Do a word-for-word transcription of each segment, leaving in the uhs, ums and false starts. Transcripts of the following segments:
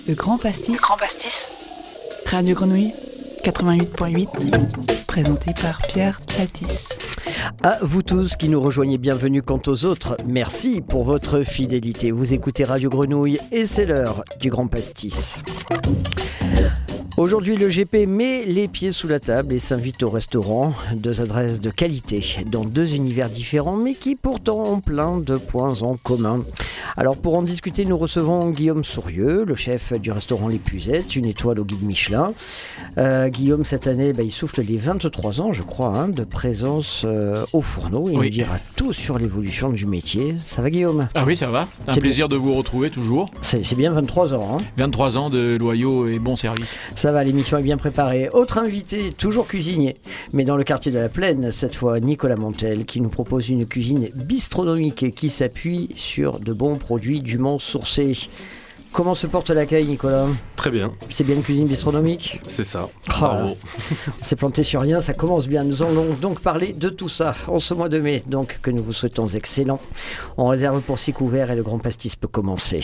Le Grand Pastis. Le Grand Pastis. Radio Grenouille quatre-vingt-huit point huit. Présenté par Pierre Psaltis. À vous tous qui nous rejoignez, bienvenue. Quant aux autres, merci pour votre fidélité. Vous écoutez Radio Grenouille et c'est l'heure du Grand Pastis. Aujourd'hui, le G P met les pieds sous la table et s'invite au restaurant. Deux adresses de qualité dans deux univers différents, mais qui pourtant ont plein de points en commun. Alors pour en discuter, nous recevons Guillaume Sourieux, le chef du restaurant Les Puzettes, une étoile au guide Michelin. Euh, Guillaume, cette année, bah, il souffle les vingt-trois ans, je crois, hein, de présence euh, au fourneau. Il oui. nous dira tout sur l'évolution du métier. Ça va, Guillaume ? Ah oui, ça va. Un c'est plaisir bien. de vous retrouver toujours. C'est, c'est bien vingt-trois ans. Hein. vingt-trois ans de loyaux et bons services. Ça va, l'émission est bien préparée. Autre invité, toujours cuisinier, mais dans le quartier de la Plaine, cette fois Nicolas Montel, qui nous propose une cuisine bistronomique et qui s'appuie sur de bons produits dûment sourcés. Comment se porte l'accueil, Nicolas ? Très bien. C'est bien une cuisine bistronomique ? C'est ça. Oh, bravo. On s'est planté sur rien, ça commence bien. Nous allons donc parler de tout ça en ce mois de mai, donc que nous vous souhaitons excellent. On réserve pour six couverts et le Grand Pastis peut commencer.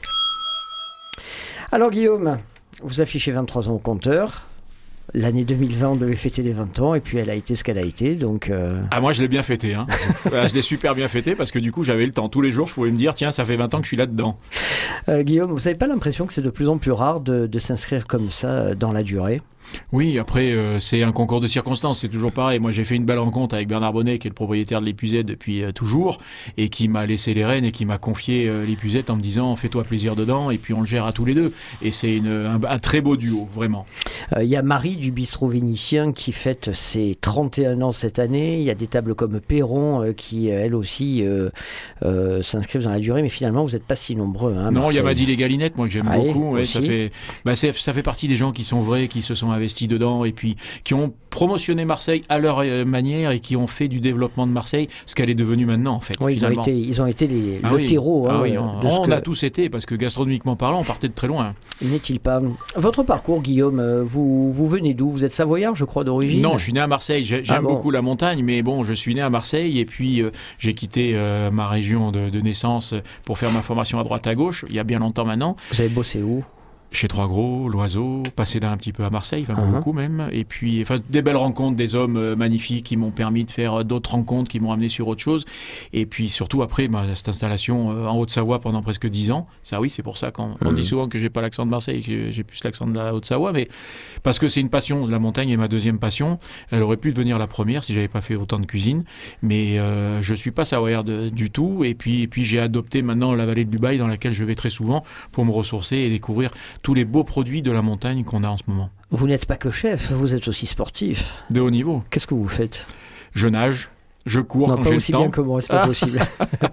Alors Guillaume, vous affichez vingt-trois ans au compteur. L'année deux mille vingt, on devait fêter les vingt ans et puis elle a été ce qu'elle a été. Donc euh... Ah, moi je l'ai bien fêté. Hein. Voilà, je l'ai super bien fêté parce que du coup j'avais le temps. Tous les jours je pouvais me dire tiens, ça fait vingt ans que je suis là-dedans. Euh, Guillaume, vous n'avez pas l'impression que c'est de plus en plus rare de, de s'inscrire comme ça dans la durée ? Oui, après, euh, c'est un concours de circonstances, c'est toujours pareil. Moi, j'ai fait une belle rencontre avec Bernard Bonnet, qui est le propriétaire de Les Puzettes depuis euh, toujours, et qui m'a laissé les rênes et qui m'a confié euh, Les Puzettes en me disant « fais-toi plaisir dedans », et puis on le gère à tous les deux. Et c'est une, un, un très beau duo, vraiment. Il euh, y a Marie du Bistrot Vénitien qui fête ses trente et un ans cette année. Il y a des tables comme Perron euh, qui, elles aussi, euh, euh, s'inscrivent dans la durée, mais finalement, vous n'êtes pas si nombreux. Hein, non, il y a Maddy Les Galinettes, moi, que j'aime ah, beaucoup. Ouais, ça, fait, bah, c'est, ça fait partie des gens qui sont vrais, qui se sont investis dedans et puis qui ont promotionné Marseille à leur euh, manière et qui ont fait du développement de Marseille ce qu'elle est devenue maintenant en fait. Oui, ils, ont été, ils ont été les, ah, le oui. terreau. Ah, hein, oui, on on que... a tous été parce que gastronomiquement parlant, on partait de très loin. N'est-il pas ? Votre parcours, Guillaume, vous, vous venez d'où ? Vous êtes savoyard, je crois, d'origine ? Non, je suis né à Marseille. J'ai, j'aime ah, bon. beaucoup la montagne, mais bon, je suis né à Marseille et puis euh, j'ai quitté euh, ma région de, de naissance pour faire ma formation à droite à gauche il y a bien longtemps maintenant. Vous avez bossé où ? Chez Trois Gros, L'Oiseau, passé d'un petit peu à Marseille, enfin uh-huh. beaucoup même, et puis enfin, des belles rencontres, des hommes euh, magnifiques qui m'ont permis de faire euh, d'autres rencontres, qui m'ont amené sur autre chose, et puis surtout après bah, cette installation euh, en Haute-Savoie pendant presque dix ans, ça oui c'est pour ça qu'on uh-huh. on dit souvent que j'ai pas l'accent de Marseille, que j'ai plus l'accent de la Haute-Savoie, mais parce que c'est une passion, la montagne est ma deuxième passion, elle aurait pu devenir la première si j'avais pas fait autant de cuisine, mais euh, je suis pas savoyard de, du tout, et puis, et puis j'ai adopté maintenant la vallée de Dubaï dans laquelle je vais très souvent pour me ressourcer et découvrir tous les beaux produits de la montagne qu'on a en ce moment. Vous n'êtes pas que chef, vous êtes aussi sportif. De haut niveau. Qu'est-ce que vous faites ? Je nage. Je cours non, quand j'ai le temps. Non, pas aussi bien que moi, c'est pas possible.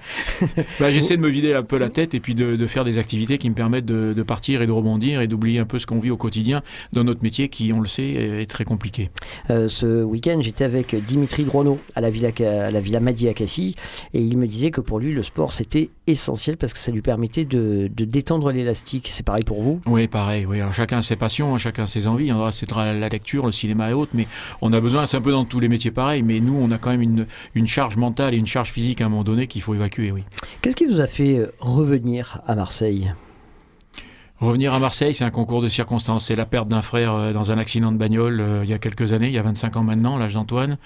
bah, j'essaie de me vider un peu la tête et puis de, de faire des activités qui me permettent de, de partir et de rebondir et d'oublier un peu ce qu'on vit au quotidien dans notre métier qui, on le sait, est très compliqué. Euh, ce week-end, j'étais avec Dimitri Droineau à la Villa, à la Villa Madi à Cassis et il me disait que pour lui, le sport, c'était essentiel parce que ça lui permettait de, de détendre l'élastique. C'est pareil pour vous ? Oui, pareil. Oui. Alors, chacun a ses passions, hein, chacun a ses envies. Alors, c'est la lecture, le cinéma et autres, mais on a besoin, c'est un peu dans tous les métiers pareil, mais nous, on a quand même une, une charge mentale et une charge physique à un moment donné qu'il faut évacuer, oui. Qu'est-ce qui vous a fait revenir à Marseille ? Revenir à Marseille, c'est un concours de circonstances. C'est la perte d'un frère dans un accident de bagnole euh, il y a quelques années, il y a vingt-cinq ans maintenant, l'âge d'Antoine,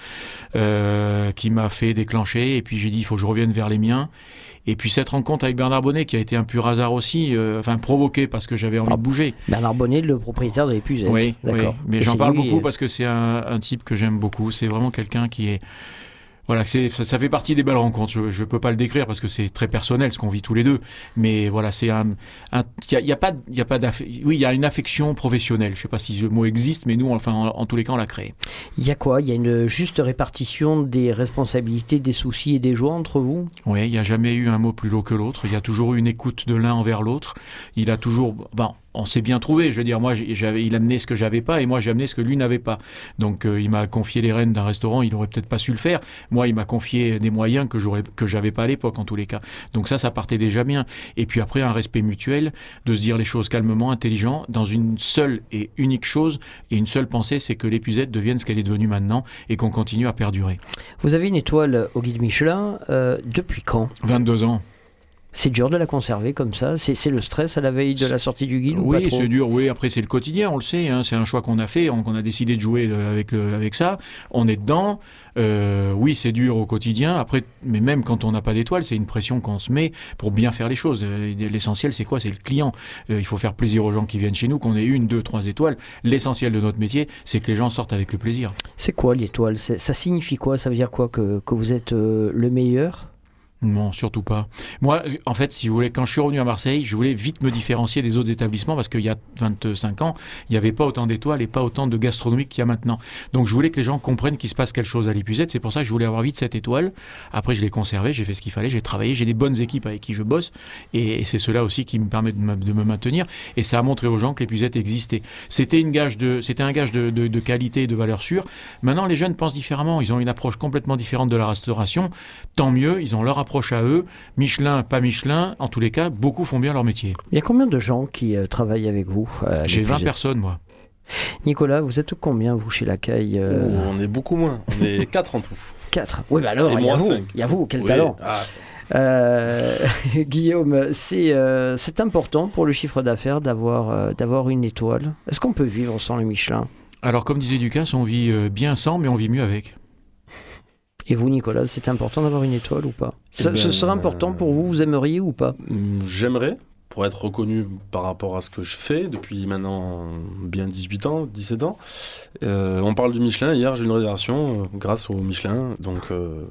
euh, qui m'a fait déclencher. Et puis j'ai dit, il faut que je revienne vers les miens. Et puis cette rencontre avec Bernard Bonnet, qui a été un pur hasard aussi, euh, enfin provoqué parce que j'avais envie ah, de bouger. Bernard Bonnet, le propriétaire de Les Puzettes. Oui, d'accord. Oui, mais et j'en parle lui, beaucoup et... parce que c'est un, un type que j'aime beaucoup. C'est vraiment quelqu'un qui est... Voilà, c'est, ça, ça fait partie des belles rencontres. Je ne peux pas le décrire parce que c'est très personnel ce qu'on vit tous les deux. Mais voilà, c'est un, il y, y a pas, il y a pas oui, il y a une affection professionnelle. Je ne sais pas si le mot existe, mais nous, enfin, en, en tous les cas, on l'a créé. Il y a quoi ? Il y a une juste répartition des responsabilités, des soucis et des joies entre vous ? Oui, il n'y a jamais eu un mot plus lourd que l'autre. Il y a toujours eu une écoute de l'un envers l'autre. Il a toujours, bon. On s'est bien trouvé, je veux dire, moi, j'avais, il amenait ce que j'avais pas et moi, j'ai amené ce que lui n'avait pas. Donc, euh, il m'a confié les rênes d'un restaurant, il aurait peut-être pas su le faire. Moi, il m'a confié des moyens que j'aurais, que j'avais pas à l'époque, en tous les cas. Donc ça, ça partait déjà bien. Et puis après, un respect mutuel, de se dire les choses calmement, intelligent, dans une seule et unique chose et une seule pensée, c'est que Les Puzettes devienne ce qu'elle est devenue maintenant et qu'on continue à perdurer. Vous avez une étoile au guide Michelin, euh, depuis quand ? vingt-deux ans. C'est dur de la conserver comme ça. C'est, c'est le stress à la veille de la sortie du guide ou Oui, pas trop? c'est dur. Oui, après c'est le quotidien, on le sait. Hein, c'est un choix qu'on a fait. On, on a décidé de jouer avec euh, avec ça. On est dedans. Euh, oui, c'est dur au quotidien. Après, mais même quand on n'a pas d'étoiles, c'est une pression qu'on se met pour bien faire les choses. Euh, l'essentiel, c'est quoi? C'est le client. Euh, il faut faire plaisir aux gens qui viennent chez nous, qu'on ait une, deux, trois étoiles. L'essentiel de notre métier, c'est que les gens sortent avec le plaisir. C'est quoi l'étoile? c'est, Ça signifie quoi? Ça veut dire quoi? Que, que vous êtes euh, le meilleur? Non, surtout pas. Moi, en fait, si vous voulez, quand je suis revenu à Marseille, je voulais vite me différencier des autres établissements parce qu'il y a vingt-cinq ans, il n'y avait pas autant d'étoiles et pas autant de gastronomie qu'il y a maintenant. Donc, je voulais que les gens comprennent qu'il se passe quelque chose à l'Épuisette. C'est pour ça que je voulais avoir vite cette étoile. Après, je l'ai conservée, j'ai fait ce qu'il fallait, j'ai travaillé, j'ai des bonnes équipes avec qui je bosse et, et c'est cela aussi qui me permet de me, de me maintenir. Et ça a montré aux gens que l'Épuisette existait. C'était, une gage de, c'était un gage de, de, de qualité et de valeur sûre. Maintenant, les jeunes pensent différemment. Ils ont une approche complètement différente de la restauration. Tant mieux, ils ont leur approche à eux, Michelin, pas Michelin, en tous les cas, beaucoup font bien leur métier. Il y a combien de gens qui euh, travaillent avec vous? euh, J'ai vingt personnes, moi. Nicolas, vous êtes combien, vous, chez La Caille? euh... oh, On est beaucoup moins, on est quatre en tout. quatre? Oui, bah alors, Et il y a moi, vous, cinq. il y a vous, quel Oui. talent. Ah. Euh, Guillaume, c'est, euh, c'est important pour le chiffre d'affaires d'avoir, euh, d'avoir une étoile. Est-ce qu'on peut vivre sans le Michelin? Alors, comme disait Ducasse, on vit euh, bien sans, mais on vit mieux avec. Et vous, Nicolas, c'est important d'avoir une étoile ou pas? Eh Ça, ben, Ce serait important pour vous, vous aimeriez ou pas? J'aimerais, pour être reconnu par rapport à ce que je fais depuis maintenant bien dix-huit ans, dix-sept ans. Euh, on parle du Michelin, hier j'ai eu une réservation euh, grâce au Michelin, donc euh,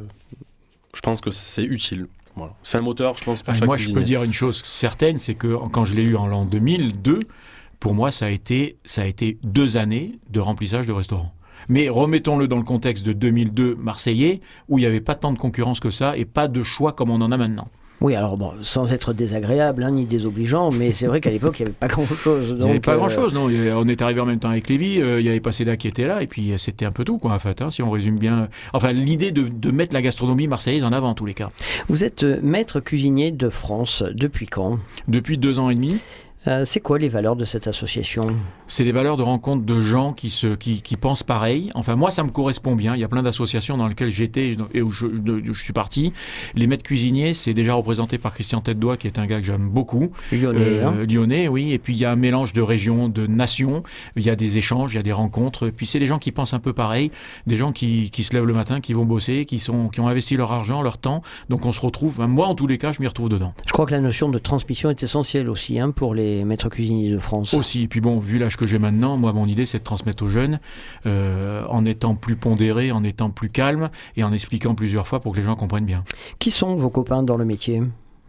je pense que c'est utile. Voilà. C'est un moteur, je pense, pour Ah, chaque moi, je cuisinier. peux dire une chose certaine, c'est que quand je l'ai eu en l'an deux mille deux, pour moi, ça a été, ça a été deux années de remplissage de restaurants. Mais remettons-le dans le contexte de deux mille deux marseillais, où il n'y avait pas tant de concurrence que ça et pas de choix comme on en a maintenant. Oui, alors bon, sans être désagréable hein, ni désobligeant, mais c'est vrai qu'à l'époque, il n'y avait pas grand-chose. Il n'y avait donc, pas euh, grand-chose, non. On est arrivé en même temps avec Lévy, euh, il y avait Paseda qui était là, et puis euh, c'était un peu tout, quoi, en fait, hein, si on résume bien. Enfin, l'idée de, de mettre la gastronomie marseillaise en avant, en tous les cas. Vous êtes euh, maître cuisinier de France, depuis quand? Depuis deux ans et demi. Euh, c'est quoi les valeurs de cette association? C'est des valeurs de rencontre de gens qui, se, qui, qui pensent pareil. Enfin, moi, ça me correspond bien. Il y a plein d'associations dans lesquelles j'étais et où je, de, je suis parti. Les maîtres cuisiniers, c'est déjà représenté par Christian Tête-Doigt, qui est un gars que j'aime beaucoup. Lyonnais, Euh, hein. Lyonnais, oui. Et puis, il y a un mélange de régions, de nations. Il y a des échanges, il y a des rencontres. Et puis, c'est des gens qui pensent un peu pareil. Des gens qui, qui se lèvent le matin, qui vont bosser, qui, sont, qui ont investi leur argent, leur temps. Donc, on se retrouve. Enfin, moi, en tous les cas, je m'y retrouve dedans. Je crois que la notion de transmission est essentielle aussi hein, pour les maîtres cuisiniers de France. Aussi, et puis bon, vu l'âge que j'ai maintenant, moi mon idée c'est de transmettre aux jeunes euh, en étant plus pondéré, en étant plus calme et en expliquant plusieurs fois pour que les gens comprennent bien. Qui sont vos copains dans le métier?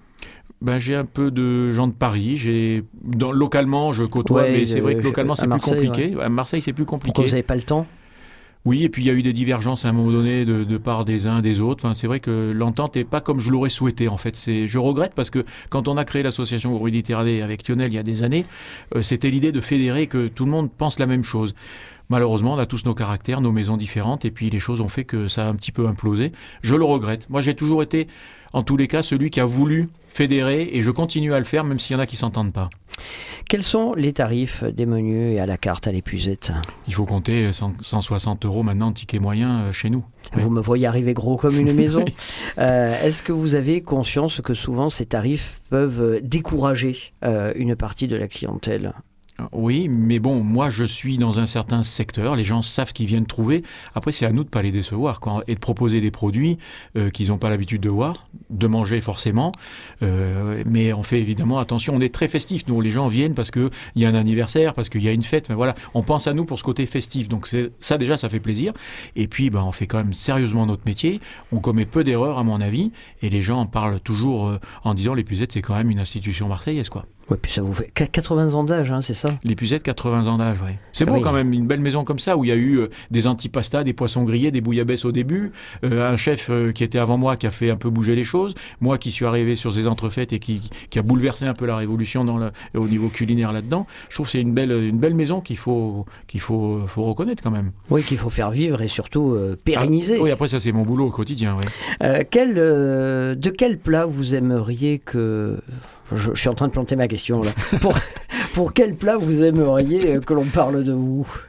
Ben, j'ai un peu de gens de Paris, j'ai dans, localement je côtoie, Ouais, mais c'est euh, vrai que je- localement à c'est plus Marseille, compliqué. À Marseille c'est plus compliqué. Pourquoi vous n'avez pas le temps? Oui, et puis il y a eu des divergences à un moment donné de, de part des uns des autres. Enfin, c'est vrai que l'entente n'est pas comme je l'aurais souhaité en fait. C'est, je regrette parce que quand on a créé l'association Gros-Méditerranée avec Lionel il y a des années, euh, c'était l'idée de fédérer, que tout le monde pense la même chose. Malheureusement, on a tous nos caractères, nos maisons différentes, et puis les choses ont fait que ça a un petit peu implosé. Je le regrette. Moi, j'ai toujours été, en tous les cas, celui qui a voulu fédérer, et je continue à le faire, même s'il y en a qui s'entendent pas. Quels sont les tarifs des menus et à la carte à l'Épuisette? Il faut compter cent, cent soixante euros maintenant, ticket moyen euh, chez nous. Vous me voyez arriver gros comme une maison. Oui. Euh, est-ce que vous avez conscience que souvent ces tarifs peuvent décourager euh, une partie de la clientèle? Oui, mais bon, moi je suis dans un certain secteur, les gens savent qu'ils viennent trouver. Après, c'est à nous de ne pas les décevoir quoi, et de proposer des produits euh, qu'ils n'ont pas l'habitude de voir, de manger forcément. Euh, mais on fait évidemment attention, on est très festif. Nous, les gens viennent parce qu'il y a un anniversaire, parce qu'il y a une fête. Enfin, voilà, on pense à nous pour ce côté festif. Donc c'est, ça déjà, ça fait plaisir. Et puis, ben, on fait quand même sérieusement notre métier. On commet peu d'erreurs à mon avis. Et les gens en parlent toujours euh, en disant l'Épuisette, c'est quand même une institution marseillaise, quoi. Oui, puis ça vous fait quatre-vingts ans d'âge, hein, c'est ça? L'Épuisette, quatre-vingts ans d'âge, oui. C'est Ah beau oui. quand même, une belle maison comme ça, où il y a eu euh, des antipastas, des poissons grillés, des bouillabaisse au début, euh, un chef euh, qui était avant moi, qui a fait un peu bouger les choses, moi qui suis arrivé sur ces entrefaites et qui, qui a bouleversé un peu la révolution dans le, au niveau culinaire là-dedans. Je trouve que c'est une belle, une belle maison qu'il faut, qu'il faut, faut reconnaître quand même. Oui, qu'il faut faire vivre et surtout euh, pérenniser. Ah, oui, après ça c'est mon boulot au quotidien, oui. Euh, quel, euh, de quel plat vous aimeriez que... Je, je suis en train de planter ma question là. Pour, pour quel plat vous aimeriez que l'on parle de vous?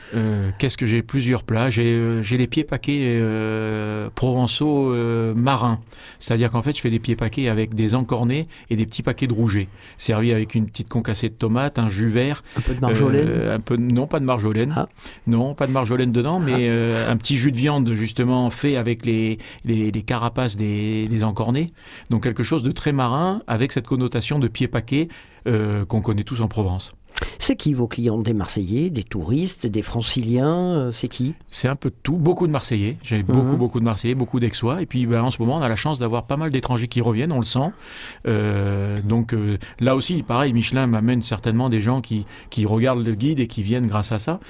Euh, qu'est-ce que j'ai? Plusieurs plats. J'ai, euh, j'ai les pieds paquets euh, provençaux euh, marins. C'est-à-dire qu'en fait, je fais des pieds paquets avec des encornets et des petits paquets de rouget, servis avec une petite concassée de tomates, un jus vert. Un peu de marjolaine euh, un peu, Non, pas de marjolaine. Ah. Non, pas de marjolaine dedans, mais ah. euh, un petit jus de viande justement fait avec les, les, les carapaces des, des encornets. Donc quelque chose de très marin avec cette connotation de pieds paquets euh, qu'on connaît tous en Provence. C'est qui vos clients? Des Marseillais, des touristes, des Franciliens? C'est qui? C'est un peu de tout. Beaucoup de Marseillais. J'ai mmh. beaucoup, beaucoup de Marseillais, beaucoup d'Aixois. Et puis ben, en ce moment, on a la chance d'avoir pas mal d'étrangers qui reviennent, on le sent. Euh, donc euh, là aussi, pareil, Michelin m'amène certainement des gens qui, qui regardent le guide et qui viennent grâce à ça.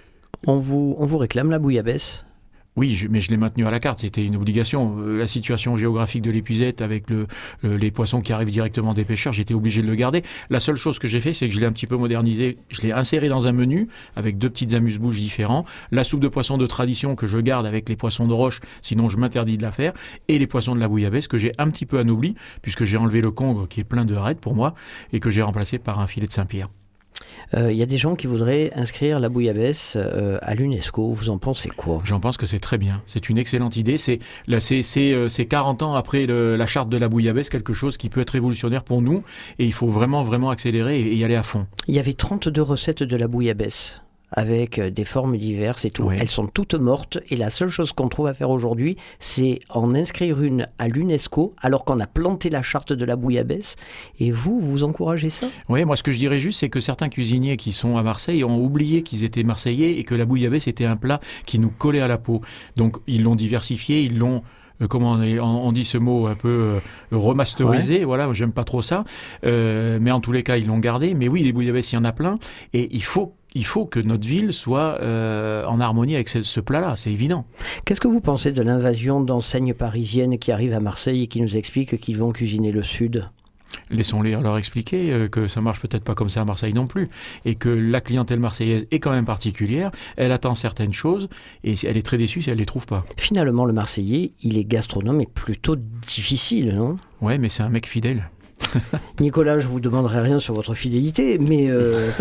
On vous, on vous réclame la bouillabaisse? Oui, je, mais je l'ai maintenu à la carte, c'était une obligation. La situation géographique de l'épuisette avec le, le, les poissons qui arrivent directement des pêcheurs, j'étais obligé de le garder. La seule chose que j'ai fait, c'est que je l'ai un petit peu modernisé. Je l'ai inséré dans un menu avec deux petites amuse-bouches différents. La soupe de poisson de tradition que je garde avec les poissons de roche, sinon je m'interdis de la faire. Et les poissons de la bouillabaisse que j'ai un petit peu anobli, puisque j'ai enlevé le congre qui est plein de raies pour moi et que j'ai remplacé par un filet de Saint-Pierre. Il euh, y a des gens qui voudraient inscrire la bouillabaisse euh, à l'UNESCO. Vous en pensez quoi? J'en pense que c'est très bien. C'est une excellente idée. C'est, là, c'est, c'est, euh, c'est quarante ans après le, la charte de la bouillabaisse, quelque chose qui peut être révolutionnaire pour nous. Et il faut vraiment, vraiment accélérer et, et y aller à fond. Il y avait trente-deux recettes de la bouillabaisse, avec des formes diverses et tout. Oui. Elles sont toutes mortes et la seule chose qu'on trouve à faire aujourd'hui, c'est en inscrire une à l'UNESCO alors qu'on a planté la charte de la bouillabaisse. Et vous, vous encouragez ça? Oui, moi ce que je dirais juste, c'est que certains cuisiniers qui sont à Marseille ont oublié qu'ils étaient marseillais et que la bouillabaisse était un plat qui nous collait à la peau. Donc ils l'ont diversifié, ils l'ont... comment on, est, on dit ce mot un peu euh, remasterisé, ouais. Voilà, j'aime pas trop ça, euh, mais en tous les cas ils l'ont gardé. Mais oui, des bouillabaisse il y en a plein et il faut Il faut que notre ville soit euh, en harmonie avec ce, ce plat-là, c'est évident. Qu'est-ce que vous pensez de l'invasion d'enseignes parisiennes qui arrivent à Marseille et qui nous expliquent qu'ils vont cuisiner le Sud? Laissons-les leur expliquer euh, que ça marche peut-être pas comme ça à Marseille non plus et que la clientèle marseillaise est quand même particulière, elle attend certaines choses et elle est très déçue si elle les trouve pas. Finalement, le Marseillais, il est gastronome et plutôt difficile, non? Ouais, mais c'est un mec fidèle. Nicolas, je vous demanderai rien sur votre fidélité, mais... Euh...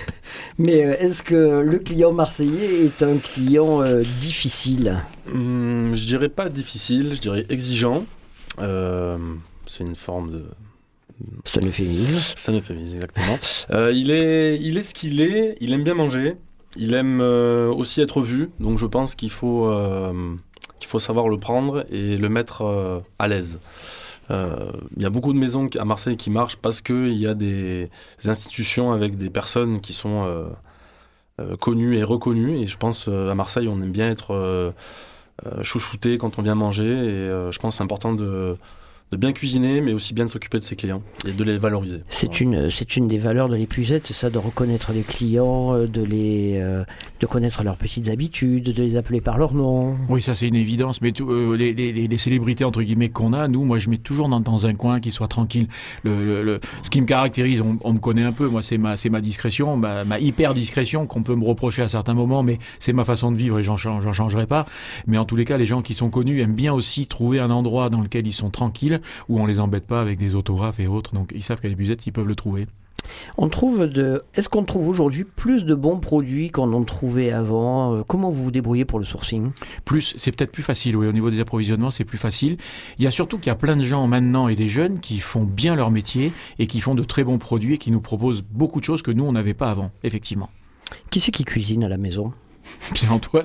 Mais est-ce que le client marseillais est un client euh, difficile? Hum, Je dirais pas difficile, je dirais exigeant. Euh, c'est une forme de... C'est un euphémisme. C'est un euphémisme, exactement. euh, il, est, il est ce qu'il est, il aime bien manger, il aime euh, aussi être vu, donc je pense qu'il faut, euh, qu'il faut savoir le prendre et le mettre euh, à l'aise. Il euh, y a beaucoup de maisons à Marseille qui marchent parce qu'il y a des institutions avec des personnes qui sont euh, euh, connues et reconnues. Et je pense euh, à Marseille, on aime bien être euh, euh, chouchouté quand on vient manger. Et euh, je pense que c'est important de, de bien cuisiner, mais aussi bien de s'occuper de ses clients et de les valoriser. C'est, voilà. une, c'est une des valeurs de l'épuisette, ça, de reconnaître les clients, de, les, euh, de connaître leurs petites habitudes, de les appeler par leur nom. Oui, ça c'est une évidence, mais tout, euh, les, les, les célébrités entre guillemets qu'on a, nous, moi je mets toujours dans, dans un coin qui soit tranquille. Le, le, le, ce qui me caractérise, on, on me connaît un peu, moi c'est ma, c'est ma discrétion, ma, ma hyper discrétion qu'on peut me reprocher à certains moments, mais c'est ma façon de vivre et j'en, j'en changerai pas. Mais en tous les cas, les gens qui sont connus aiment bien aussi trouver un endroit dans lequel ils sont tranquilles, où on les embête pas avec des autographes et autres, donc ils savent qu'à l'épuisette, ils peuvent le trouver. On trouve de... Est-ce qu'on trouve aujourd'hui plus de bons produits qu'on en trouvait avant? Comment vous vous débrouillez pour le sourcing? Plus, c'est peut-être plus facile, oui, au niveau des approvisionnements, c'est plus facile. Il y a surtout qu'il y a plein de gens maintenant et des jeunes qui font bien leur métier et qui font de très bons produits et qui nous proposent beaucoup de choses que nous, on n'avait pas avant, effectivement. Qui c'est qui cuisine à la maison? C'est Antoine.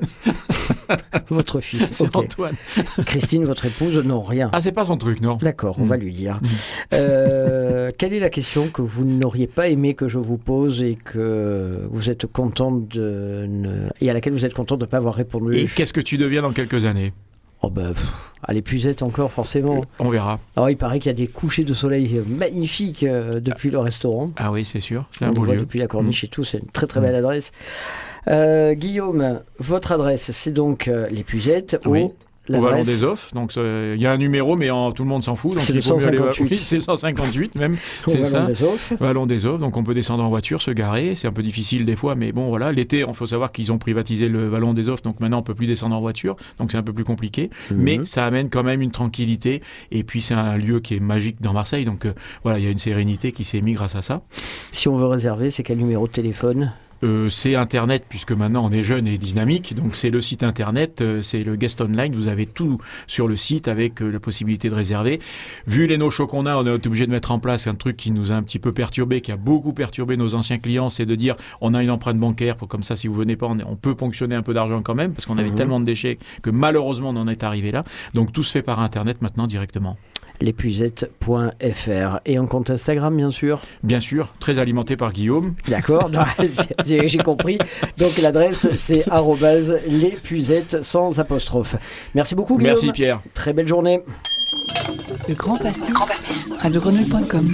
Votre fils. C'est okay. Antoine. Christine, votre épouse, non, rien. Ah, c'est pas son truc, non. D'accord, on mmh. va lui dire. Mmh. Euh, quelle est la question que vous n'auriez pas aimé que je vous pose et que vous êtes content de ne... et à laquelle vous êtes content de ne pas avoir répondu? Et qu'est-ce que tu deviens dans quelques années? Oh ben, pff, à l'épuisette encore, forcément. On verra. Alors, il paraît qu'il y a des couchers de soleil magnifiques euh, depuis ah. le restaurant. Ah oui, c'est sûr. C'est on un beau le voit lieu. Depuis la corniche mmh. et tout, c'est une très très mmh. belle adresse. Euh, Guillaume, votre adresse, c'est donc euh, l'épuisette oui. au... Au Vallon des Offres, donc il euh, y a un numéro, mais en, tout le monde s'en fout. Donc c'est il le cent cinquante-huit. Aller... Oui, c'est cent cinquante-huit même. Au c'est Vallon ça. des Offres. Vallon des Offres, donc on peut descendre en voiture, se garer. C'est un peu difficile des fois, mais bon voilà. L'été, il faut savoir qu'ils ont privatisé le Vallon des Offres, donc maintenant on peut plus descendre en voiture, donc c'est un peu plus compliqué. Mm-hmm. Mais ça amène quand même une tranquillité. Et puis c'est un lieu qui est magique dans Marseille, donc euh, voilà, il y a une sérénité qui s'est mise grâce à ça. Si on veut réserver, c'est quel numéro de téléphone? Euh, c'est Internet, puisque maintenant on est jeune et dynamique, donc c'est le site Internet, euh, c'est le guest online, vous avez tout sur le site avec euh, la possibilité de réserver. Vu les no-shows qu'on a, on est obligé de mettre en place un truc qui nous a un petit peu perturbé, qui a beaucoup perturbé nos anciens clients, c'est de dire on a une empreinte bancaire, pour, comme ça si vous venez pas, on, est, on peut ponctionner un peu d'argent quand même, parce qu'on avait mmh. tellement de déchets que malheureusement on en est arrivé là. Donc tout se fait par Internet maintenant directement. L'épuisette point f r et un compte Instagram bien sûr. Bien sûr, très alimenté par Guillaume. D'accord, j'ai, j'ai compris. Donc l'adresse c'est arobase l'épuisette sans apostrophe. Merci beaucoup Guillaume. Merci Pierre. Très belle journée. Le Grand Pastis, Grand Pastis. radio grenouille point com.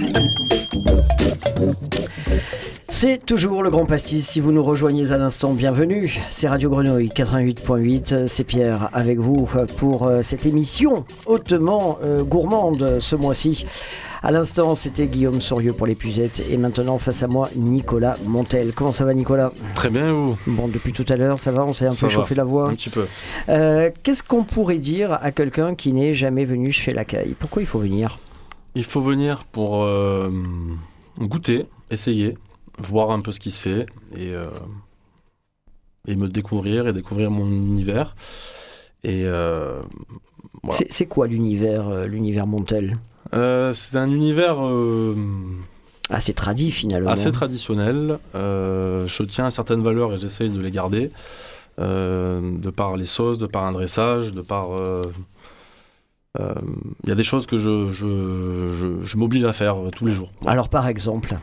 C'est toujours le Grand Pastis. Si vous nous rejoignez à l'instant, bienvenue. C'est Radio Grenouille quatre-vingt-huit point huit. C'est Pierre avec vous pour cette émission hautement euh, gourmande ce mois-ci. À l'instant, c'était Guillaume Sorieux pour l'épuisette. Et maintenant, face à moi, Nicolas Montel. Comment ça va, Nicolas ? Très bien, et vous ? Bon, depuis tout à l'heure, ça va ? On s'est un ça peu va. chauffé la voix ? Un petit peu. Euh, qu'est-ce qu'on pourrait dire à quelqu'un qui n'est jamais venu chez Lacaille ? Pourquoi il faut venir ? Il faut venir pour euh, goûter, essayer, voir un peu ce qui se fait et, euh, et me découvrir et découvrir mon univers. Et euh, voilà. c'est, c'est quoi l'univers, euh, l'univers Montel ? euh, C'est un univers euh, assez tradi finalement. Assez traditionnel. Euh, je tiens à certaines valeurs et j'essaye de les garder, euh, de par les sauces, de par un dressage, de par... Il euh, euh, y a des choses que je, je, je, je m'oblige à faire tous les jours. Voilà. Alors par exemple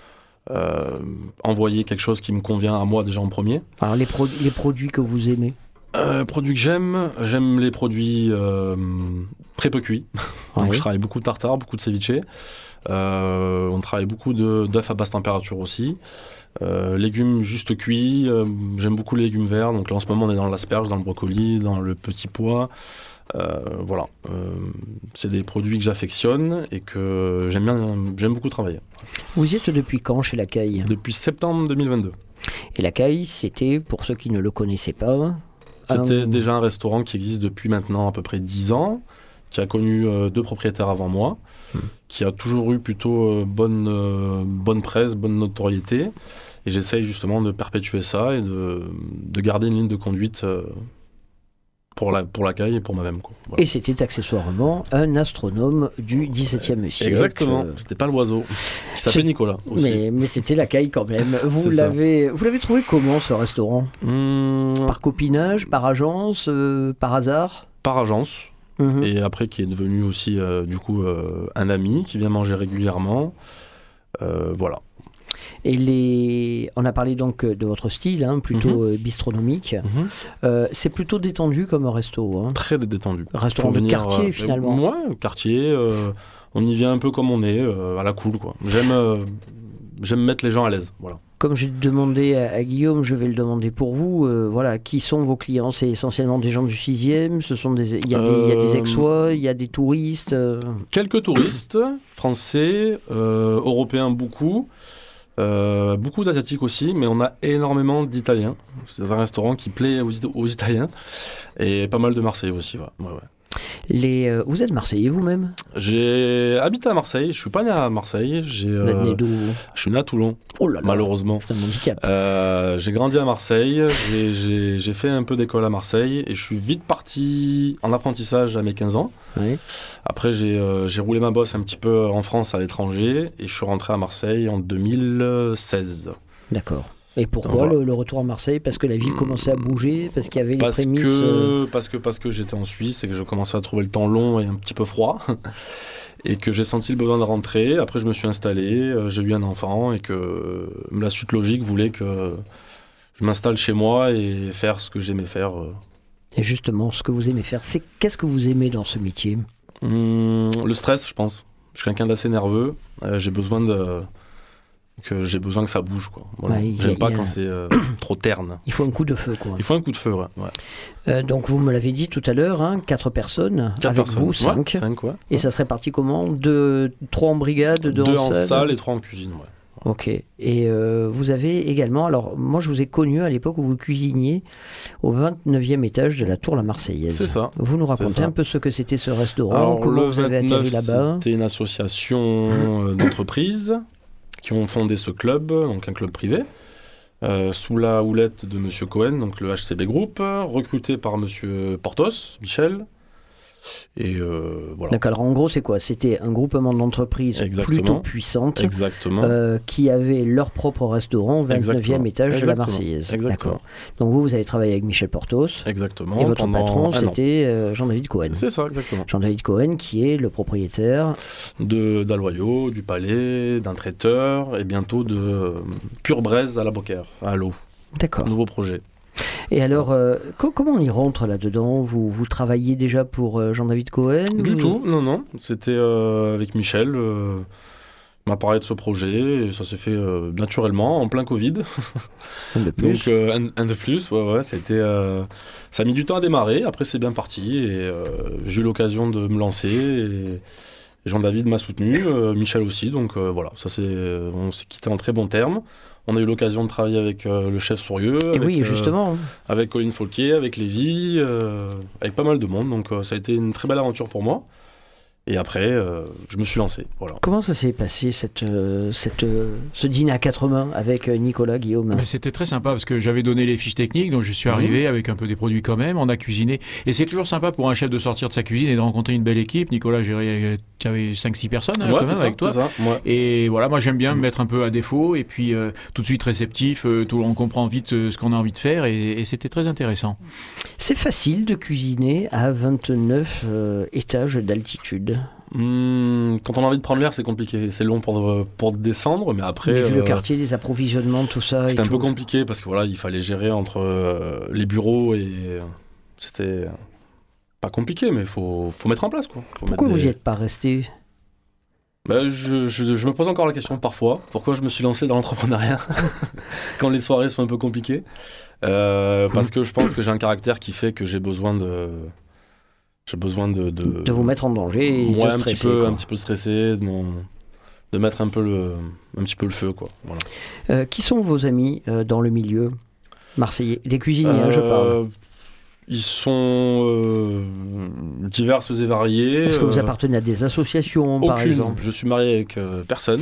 Euh, envoyer quelque chose qui me convient à moi déjà en premier. Alors les, pro- les produits que vous aimez euh, Produits que j'aime, j'aime les produits euh, très peu cuits. Donc oui. Je travaille beaucoup de tartare, beaucoup de ceviche. Euh, on travaille beaucoup de, d'œufs à basse température aussi. Euh, légumes juste cuits, euh, j'aime beaucoup les légumes verts. Donc là en ce moment on est dans l'asperge, dans le brocoli, dans le petit pois. Euh, voilà, euh, c'est des produits que j'affectionne et que j'aime bien, j'aime beaucoup travailler. Vous y êtes depuis quand chez Lacaille ? Depuis septembre deux mille vingt-deux. Et Lacaille, c'était, pour ceux qui ne le connaissaient pas... C'était un... déjà un restaurant qui existe depuis maintenant à peu près dix ans, qui a connu euh, deux propriétaires avant moi, mmh. qui a toujours eu plutôt euh, bonne, euh, bonne presse, bonne notoriété. Et j'essaye justement de perpétuer ça et de, de garder une ligne de conduite... Euh, Pour, la, pour Lacaille et pour moi-même. Quoi. Voilà. Et c'était accessoirement un astronome du dixseptième siècle. Exactement, c'était pas l'oiseau, qui s'appelait Nicolas aussi. Mais, mais c'était Lacaille quand même. Vous l'avez, vous l'avez trouvé comment ce restaurant ? mmh... Par copinage, par agence, euh, par hasard ? Par agence, mmh. et après qui est devenu aussi euh, du coup euh, un ami qui vient manger régulièrement. Euh, voilà. Et les... on a parlé donc de votre style, hein, plutôt mmh. bistronomique. Mmh. Euh, c'est plutôt détendu comme un resto. Hein. Très détendu. Restaurant de venir, quartier euh, finalement. Moi, euh, quartier, euh, on y vient un peu comme on est, euh, à la cool. Quoi. J'aime, euh, j'aime mettre les gens à l'aise. Voilà. Comme j'ai demandé à, à Guillaume, je vais le demander pour vous. Euh, voilà, qui sont vos clients ? C'est essentiellement des gens du sixième. Ce sont des, il y a des, euh, il y a des Aixois, il y a des touristes. Euh... Quelques touristes français, euh, européens beaucoup. Euh, beaucoup d'asiatiques aussi, mais on a énormément d'Italiens. C'est un restaurant qui plaît aux, aux Italiens et pas mal de Marseillais aussi. Ouais. Ouais, ouais. Les, euh, vous êtes Marseillais vous-même ? J'ai habité à Marseille. Je suis pas né à Marseille. J'ai, vous êtes né d'où ? Je suis né à Toulon. Oh là là, malheureusement. C'est un handicap. Euh, j'ai grandi à Marseille. J'ai, j'ai, j'ai fait un peu d'école à Marseille et je suis vite parti en apprentissage à mes quinze ans. Oui. Après, j'ai, euh, j'ai roulé ma bosse un petit peu en France, à l'étranger, et je suis rentré à Marseille en deux mille seize. D'accord. Et pourquoi voilà. le, le retour à Marseille ? Parce que la ville commençait à bouger ? Parce qu'il y avait parce les prémices que, euh... parce, que, parce que j'étais en Suisse et que je commençais à trouver le temps long et un petit peu froid. Et que j'ai senti le besoin de rentrer. Après, je me suis installé, euh, j'ai eu un enfant et que euh, la suite logique voulait que je m'installe chez moi et faire ce que j'aimais faire. Euh. Et justement, ce que vous aimez faire, c'est qu'est-ce que vous aimez dans ce métier ? Hum, Le stress, je pense. Je suis quelqu'un d'assez nerveux. Euh, j'ai besoin de... que j'ai besoin que ça bouge, quoi. Voilà. Ouais, J'aime a, pas a... quand c'est euh, trop terne. Il faut un coup de feu, quoi. Il faut un coup de feu, ouais. ouais. Euh, donc vous me l'avez dit tout à l'heure, hein, quatre personnes quatre avec personnes. vous, cinq. Ouais, cinq ouais. Et ça serait parti comment ? Deux, trois en brigade, deux, deux en, en salle. salle et trois en cuisine, ouais. Ok. Et euh, vous avez également, alors moi je vous ai connu à l'époque où vous cuisiniez au vingt-neuvième étage de la Tour La Marseillaise. C'est ça. Vous nous racontez un peu ce que c'était ce restaurant, alors, comment vous avez atterri là-bas ? C'était une association d'entreprises qui ont fondé ce club, donc un club privé, euh, sous la houlette de Monsieur Cohen, donc le H C B Group, recruté par Monsieur Portos, Michel. Et euh, voilà. D'accord, alors en gros, c'est quoi ? C'était un groupement d'entreprises Exactement. plutôt puissantes Exactement. euh, qui avaient leur propre restaurant au vingt-neuvième Exactement. étage Exactement. de la Marseillaise. Exactement. D'accord. Donc vous, vous avez travaillé avec Michel Portos. Exactement. Et votre pendant patron, un an. c'était euh, Jean-David Cohen. C'est ça, exactement. Jean-David Cohen, qui est le propriétaire. De d'Aloyau, du Palais, d'un traiteur et bientôt de euh, Pure Braise à la Beaucaire, à l'eau. D'accord. Nouveau projet. Et alors, euh, co- comment on y rentre là-dedans ? vous, vous travaillez déjà pour euh, Jean-David Cohen ? Du ou- tout, non, non. C'était euh, avec Michel. Euh, il m'a parlé de ce projet et ça s'est fait euh, naturellement, en plein Covid. De plus. Donc, euh, un, un de plus, ouais, ouais. C'était, euh, ça a mis du temps à démarrer. Après, c'est bien parti et euh, j'ai eu l'occasion de me lancer. Et, et Jean-David m'a soutenu, euh, Michel aussi. Donc, euh, voilà, ça c'est, on s'est quitté en très bons termes. On a eu l'occasion de travailler avec euh, le chef Sourieux, Et avec, oui, euh, justement. avec Colin Folquier, avec Lévy, euh, avec pas mal de monde. Donc euh, ça a été une très belle aventure pour moi. Et après, euh, je me suis lancé. Voilà. Comment ça s'est passé, cette, euh, cette, euh, ce dîner à quatre mains avec euh, Nicolas Guillaume ? Mais c'était très sympa parce que j'avais donné les fiches techniques, donc je suis arrivé avec un peu des produits quand même, on a cuisiné. Et c'est toujours sympa pour un chef de sortir de sa cuisine et de rencontrer une belle équipe. Nicolas, j'ai- tu avais cinq six personnes hein, Ouais, quand c'est même ça, avec toi. c'est ça, ouais. Et voilà, moi j'aime bien me Mm. mettre un peu à défaut et puis euh, tout de suite réceptif, euh, tout, on comprend vite euh, ce qu'on a envie de faire et, et c'était très intéressant. C'est facile de cuisiner à vingt-neuf euh, étages d'altitude. Hum, quand on a envie de prendre l'air, c'est compliqué. C'est long pour, pour descendre, mais après. Mais vu le euh, quartier, les approvisionnements, tout ça. C'était et un peu tout. compliqué parce que voilà, il fallait gérer entre euh, les bureaux et euh, c'était pas compliqué, mais il faut, faut mettre en place quoi. Faut Pourquoi mettre vous des- n'y êtes pas resté ? Bah, je, je, je me pose encore la question parfois. Pourquoi je me suis lancé dans l'entrepreneuriat quand les soirées sont un peu compliquées. Euh, parce que je pense que j'ai un caractère qui fait que j'ai besoin de j'ai besoin de de, De vous mettre en danger et ouais, de un stresser. petit peu quoi. un petit peu stressé, de, mon- de mettre un peu le un petit peu le feu quoi. Voilà. Euh, qui sont vos amis euh, dans le milieu marseillais ? Des cuisiniers, hein, je parle. Euh, Ils sont euh, diverses et variées. Est-ce que vous euh, appartenez à des associations, par Aucune. exemple ? Je suis marié avec euh, personne.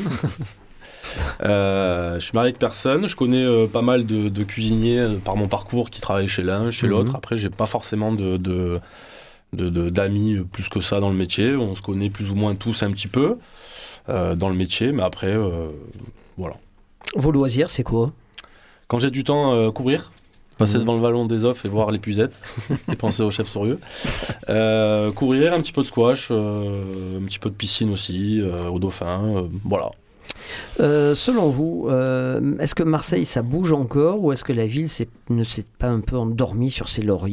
Euh, je suis marié avec personne. Je connais euh, pas mal de, de cuisiniers euh, par mon parcours qui travaillent chez l'un, chez Mhm. l'autre. Après, j'ai pas forcément de, de, de- de- d'amis euh, plus que ça dans le métier. On se connaît plus ou moins tous un petit peu euh, dans le métier, mais après, euh, voilà. Vos loisirs, c'est quoi ? Quand j'ai du temps, euh, courir. Passer Mhm. devant le vallon des offs et voir les puzettes et penser au chef Sourieux. Euh, courir, un petit peu de squash, euh, un petit peu de piscine aussi, euh, au dauphin, euh, voilà. Euh, selon vous, euh, est-ce que Marseille, ça bouge encore ou est-ce que la ville s'est- ne s'est pas un peu endormie sur ses lauriers ?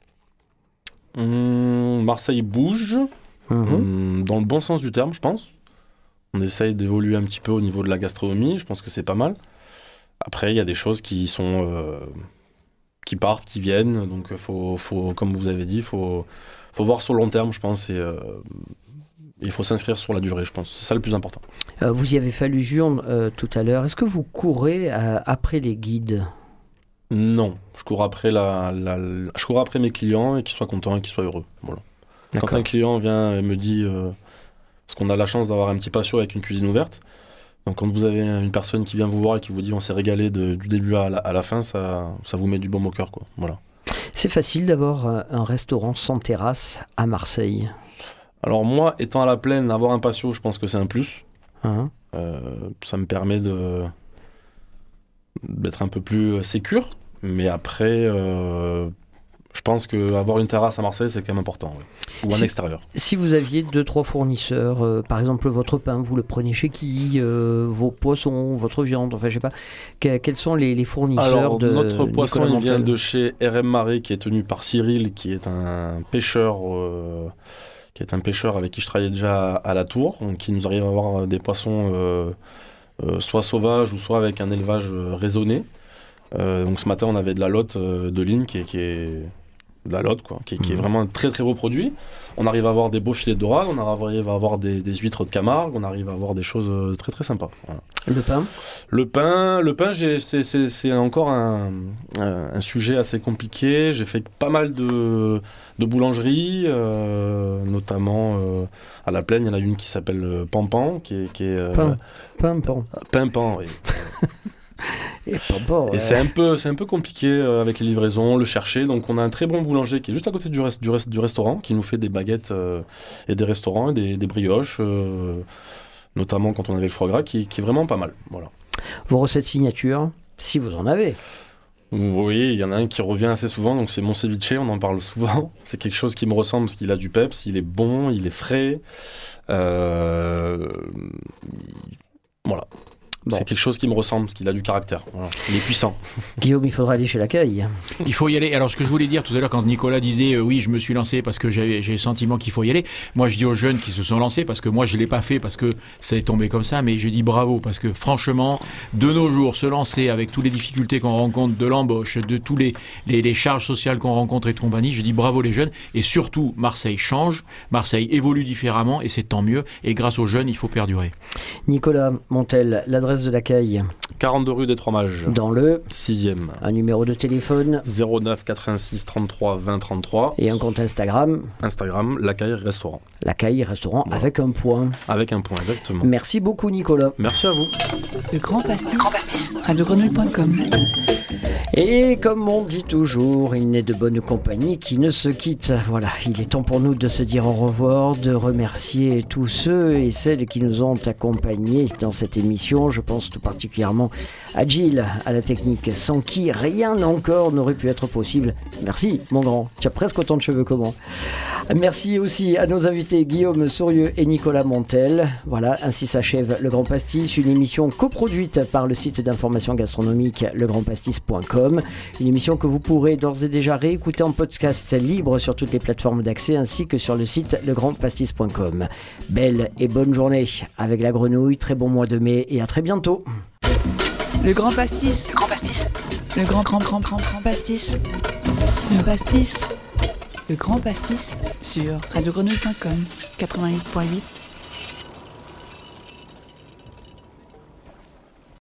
Hum, Marseille bouge, Mhm. hum, dans le bon sens du terme, je pense. On essaye d'évoluer un petit peu au niveau de la gastronomie, je pense que c'est pas mal. Après, il y a des choses qui sont... euh, qui partent, qui viennent, donc faut, faut, comme vous avez dit, il faut, faut voir sur le long terme, je pense, et euh, il faut s'inscrire sur la durée, je pense. C'est ça le plus important. Euh, vous y avez fait allusion euh, tout à l'heure. Est-ce que vous courez euh, après les guides ? Non, je cours après la, la- la- je cours après mes clients et qu'ils soient contents et qu'ils soient heureux. Voilà. Quand D'accord. un client vient et me dit, euh, parce qu'on a la chance d'avoir un petit patio avec une cuisine ouverte, donc quand vous avez une personne qui vient vous voir et qui vous dit on s'est régalé de- du début à la, à la fin, ça, ça vous met du baume au cœur, quoi. Voilà. C'est facile d'avoir euh, un restaurant sans terrasse à Marseille. Alors moi, étant à la plaine, avoir un patio, je pense que c'est un plus. Hein ? Euh, ça me permet de d'être un peu plus euh, sécure, mais après, euh, je pense qu'avoir une terrasse à Marseille, c'est quand même important, oui. Ou un Si- extérieur. Si vous aviez deux, trois fournisseurs, euh, par exemple votre pain, vous le prenez chez qui ? Euh, Vos poissons, votre viande, enfin je sais pas. Que- quels sont les, les fournisseurs Alors, de notre poisson, Nicolas il vient Montel de chez R M Marais, qui est tenu par Cyril, qui est un pêcheur, euh, qui est un pêcheur avec qui je travaillais déjà à la Tour, donc qui nous arrive à avoir des poissons euh, euh, soit sauvages ou soit avec un élevage euh, raisonné. Euh, donc ce matin, on avait de la lotte euh, de ligne qui est, qui est de la lotte, quoi, qui, qui est Mhm. vraiment un très très beau produit. On arrive à avoir des beaux filets de dorade, on arrive à avoir des, des huîtres de Camargue, on arrive à avoir des choses euh, très très sympas. Voilà. Le pain ? Le pain, le pain j'ai, c'est, c'est, c'est encore un, un, un sujet assez compliqué. J'ai fait pas mal de, de boulangeries, euh, notamment euh, à la Plaine, il y en a une qui s'appelle euh, Pampan, qui est... Qui est euh, Pain. Pain, pain. Pimpan, oui. Et, pas bon, et ouais. c'est un peu, c'est un peu compliqué euh, avec les livraisons, le chercher. Donc on a un très bon boulanger qui est juste à côté du, rest, du, rest, du restaurant, qui nous fait des baguettes euh, et des restaurants, et des, des brioches, euh, notamment quand on avait le foie gras, qui, qui est vraiment pas mal. Voilà. Vos recettes signature, si vous en avez. Oui, il y en a un qui revient assez souvent, donc c'est mon ceviche, on en parle souvent. C'est quelque chose qui me ressemble parce qu'il a du peps, il est bon, il est frais. Euh... Voilà. Bon. C'est quelque chose qui me ressemble parce qu'il a du caractère. Voilà. Il est puissant. Guillaume, il faudra aller chez la caille. Il faut y aller. Alors, ce que je voulais dire tout à l'heure, quand Nicolas disait euh, oui, je me suis lancé parce que j'ai, j'ai le sentiment qu'il faut y aller. Moi, je dis aux jeunes qui se sont lancés parce que moi, je ne l'ai pas fait parce que ça est tombé comme ça. Mais je dis bravo parce que franchement, de nos jours, se lancer avec toutes les difficultés qu'on rencontre, de l'embauche, de tous les, les, les charges sociales qu'on rencontre et de compagnie, je dis bravo les jeunes. Et surtout, Marseille change. Marseille évolue différemment et c'est tant mieux. Et grâce aux jeunes, il faut perdurer. Nicolas Montel, l'adresse de la caille. quarante-deux rue des Trois Mages. Dans le sixième. Un numéro de téléphone. zéro neuf quatre-vingt-six trente-trois vingt trente-trois. Et un compte Instagram. Instagram, La Caille Restaurant. La caille restaurant Voilà. avec un point. Avec un point, exactement. Merci beaucoup Nicolas. Merci à vous. Le Grand Pastis, Grand Pastis. radio grenouille point com. Et comme on dit toujours, il n'est de bonne compagnie qui ne se quitte. Voilà, il est temps pour nous de se dire au revoir, de remercier tous ceux et celles qui nous ont accompagnés dans cette émission. Je pense tout particulièrement à Gilles, à la technique, sans qui rien encore n'aurait pu être possible. Merci mon grand, tu as presque autant de cheveux que moi. Merci aussi à nos invités Guillaume Sourieux et Nicolas Montel. Voilà, ainsi s'achève Le Grand Pastis, une émission coproduite par le site d'information gastronomique le grand pastis point com. Une émission que vous pourrez d'ores et déjà réécouter en podcast libre sur toutes les plateformes d'accès ainsi que sur le site le grand pastis point com. Belle et bonne journée avec la grenouille, très bon mois de mai et à très bientôt. Le Grand Pastis, Grand Pastis. Le Grand Grand Grand Grand Grand Pastis. Le Pastis. Le Grand Pastis sur radio grenouille point com quatre-vingt-huit point huit.